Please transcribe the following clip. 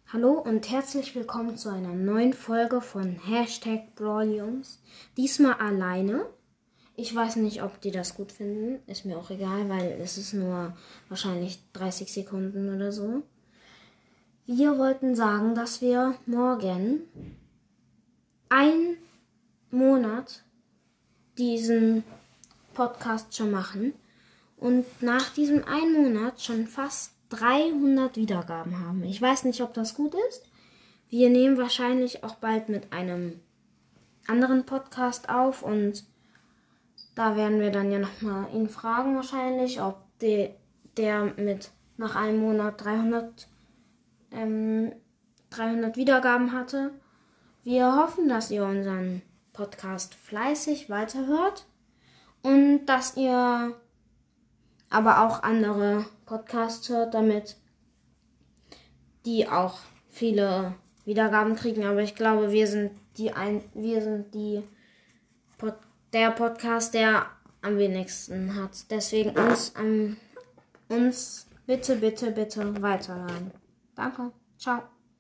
Hallo und herzlich willkommen zu einer neuen Folge von #BrawlJungs. Diesmal alleine. Ich weiß nicht, ob die das gut finden. Ist mir auch egal, weil es ist nur wahrscheinlich 30 Sekunden oder so. Wir wollten sagen, dass wir morgen einen Monat diesen Podcast schon machen und nach diesem einen Monat schon fast 300 Wiedergaben haben. Ich weiß nicht, ob das gut ist. Wir nehmen wahrscheinlich auch bald mit einem anderen Podcast auf und da werden wir dann ja nochmal ihn fragen wahrscheinlich, ob der mit nach einem Monat 300 Wiedergaben hatte. Wir hoffen, dass ihr unseren Podcast fleißig weiterhört und dass ihr aber auch andere Podcasts hört, damit die auch viele Wiedergaben kriegen. Aber ich glaube, wir sind der Podcast, der am wenigsten hat. Deswegen uns bitte weiterhören. Danke. Ciao.